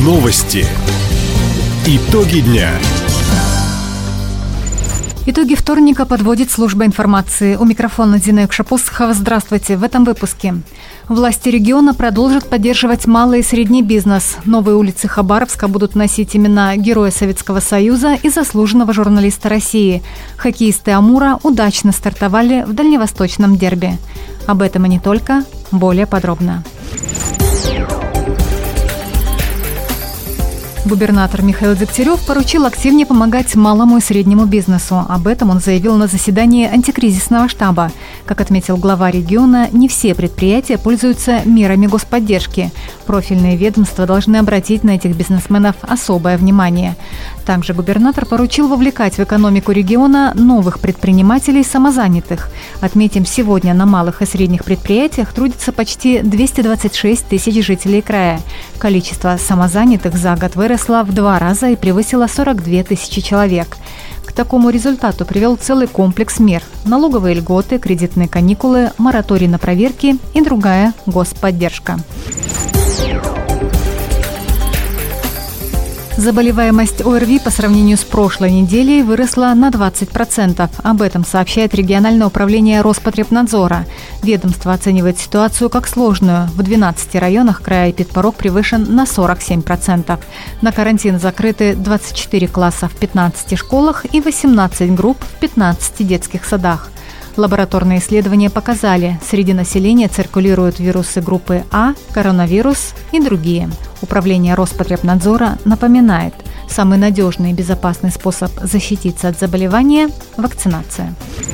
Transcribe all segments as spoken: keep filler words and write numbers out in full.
Новости. Итоги дня. Итоги вторника подводит служба информации. У микрофона Дина Юкшапосхова. Здравствуйте. В этом выпуске. Власти региона продолжат поддерживать малый и средний бизнес. Новые улицы Хабаровска будут носить имена Героя Советского Союза и заслуженного журналиста России. Хоккеисты Амура удачно стартовали в дальневосточном дерби. Об этом и не только. Более подробно. Губернатор Михаил Дегтярев поручил активнее помогать малому и среднему бизнесу. Об этом он заявил на заседании антикризисного штаба. Как отметил глава региона, не все предприятия пользуются мерами господдержки. Профильные ведомства должны обратить на этих бизнесменов особое внимание. Также губернатор поручил вовлекать в экономику региона новых предпринимателей самозанятых. Отметим, сегодня на малых и средних предприятиях трудится почти двести двадцать шесть тысяч жителей края. Количество самозанятых за год выросло в два раза и превысило сорок две тысячи человек. К такому результату привел целый комплекс мер – налоговые льготы, кредитные каникулы, мораторий на проверки и другая господдержка. Заболеваемость ОРВИ по сравнению с прошлой неделей выросла на двадцать процентов. Об этом сообщает региональное управление Роспотребнадзора. Ведомство оценивает ситуацию как сложную. В двенадцати районах края эпидпорог превышен на сорок семь процентов. На карантин закрыты двадцать четыре класса в пятнадцати школах и восемнадцать групп в пятнадцати детских садах. Лабораторные исследования показали, среди населения циркулируют вирусы группы А, коронавирус и другие. Управление Роспотребнадзора напоминает, самый надежный и безопасный способ защититься от заболевания – вакцинация.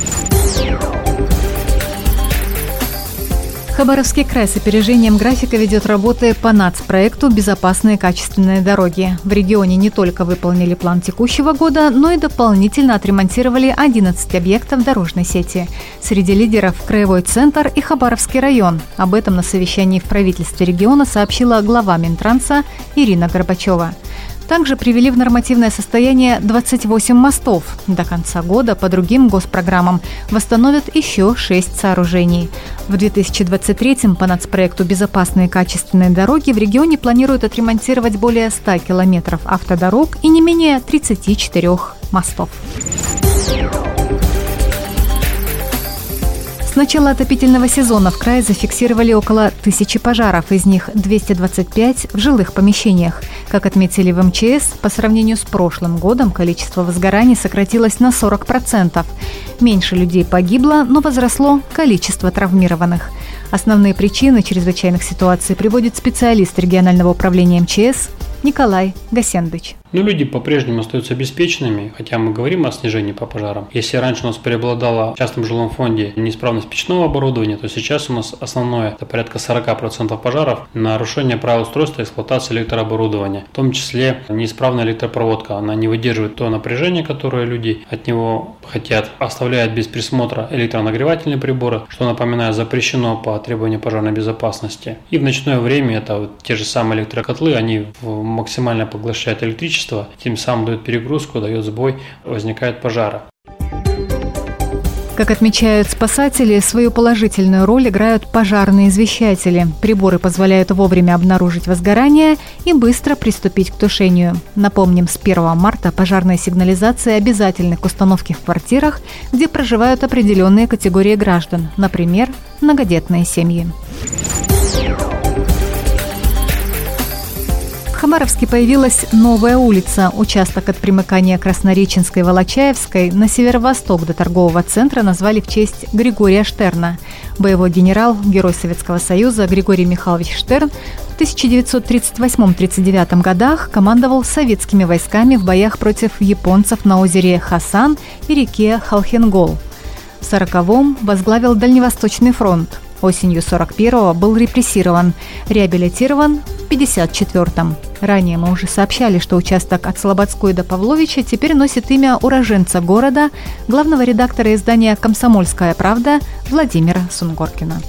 Хабаровский край с опережением графика ведет работы по нацпроекту «Безопасные качественные дороги». В регионе не только выполнили план текущего года, но и дополнительно отремонтировали одиннадцать объектов дорожной сети. Среди лидеров – Краевой центр и Хабаровский район. Об этом на совещании в правительстве региона сообщила глава Минтранса Ирина Горбачева. Также привели в нормативное состояние двадцать восемь мостов. До конца года по другим госпрограммам восстановят еще шесть сооружений. В две тысячи двадцать третьем по нацпроекту «Безопасные качественные дороги» в регионе планируют отремонтировать более ста километров автодорог и не менее тридцати четырёх мостов. С начала отопительного сезона в крае зафиксировали около тысячи пожаров, из них двести двадцать пять в жилых помещениях. Как отметили в МЧС, по сравнению с прошлым годом количество возгораний сократилось на сорок процентов. Меньше людей погибло, но возросло количество травмированных. Основные причины чрезвычайных ситуаций приводит специалист регионального управления МЧС Николай Гасендыч. Но люди по-прежнему остаются обеспеченными, хотя мы говорим о снижении по пожарам. Если раньше у нас преобладала в частном жилом фонде неисправность печного оборудования, то сейчас у нас основное – это порядка сорок процентов пожаров – нарушение правил устройства и эксплуатации электрооборудования. В том числе неисправная электропроводка. Она не выдерживает то напряжение, которое люди от него хотят, оставляет без присмотра электронагревательные приборы, что, напоминаю, запрещено по требованию пожарной безопасности. И в ночное время это вот те же самые электрокотлы, они максимально поглощают электричество, тем самым дает перегрузку, дает сбой, возникают пожары. Как отмечают спасатели, свою положительную роль играют пожарные извещатели. Приборы позволяют вовремя обнаружить возгорание и быстро приступить к тушению. Напомним, с первого марта пожарная сигнализация обязательна к установке в квартирах, где проживают определенные категории граждан, например, многодетные семьи. В Хабаровске появилась новая улица. Участок от примыкания Краснореченской и Волочаевской на северо-восток до торгового центра назвали в честь Григория Штерна. Боевой генерал, Герой Советского Союза Григорий Михайлович Штерн в тысяча девятьсот тридцать восьмом — тридцать девятом годах командовал советскими войсками в боях против японцев на озере Хасан и реке Халхенгол. В сороковом возглавил Дальневосточный фронт. Осенью сорок первого был репрессирован, реабилитирован в пятьдесят четвёртом. Ранее мы уже сообщали, что участок от Слободской до Павловича теперь носит имя уроженца города, главного редактора издания «Комсомольская правда» Владимира Сунгоркина.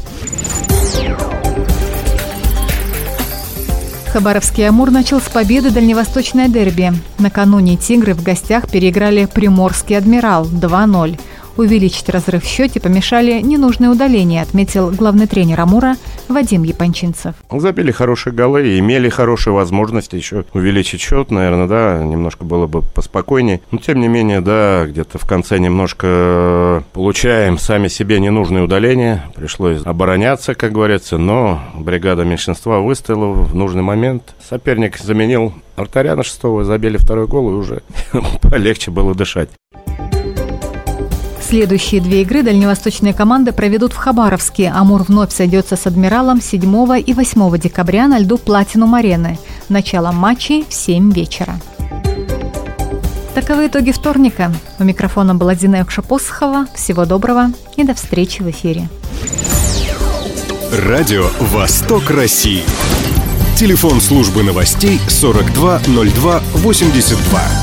Хабаровский «Амур» начал с победы дальневосточное дерби. Накануне «Тигры» в гостях переиграли приморский «Адмирал» два ноль. Увеличить разрыв в счете помешали ненужные удаления, отметил главный тренер «Амура» Вадим Япончинцев. Забили хорошие голы и имели хорошие возможности еще увеличить счет, наверное, да, немножко было бы поспокойнее. Но, тем не менее, да, где-то в конце немножко получаем сами себе ненужные удаления. Пришлось обороняться, как говорится, но бригада меньшинства выстояла в нужный момент. Соперник заменил Артаряна шестого, забили второй гол, и уже полегче было дышать. Следующие две игры дальневосточные команды проведут в Хабаровске. «Амур» вновь сойдется с «Адмиралом» седьмого и восьмого декабря на льду «Платинум-арены». Начало матчей в семь вечера. Таковы итоги вторника. У микрофона была Дина Якшапосхова. Всего доброго и до встречи в эфире. Радио «Восток России». Телефон службы новостей сорок два ноль два восемьдесят два.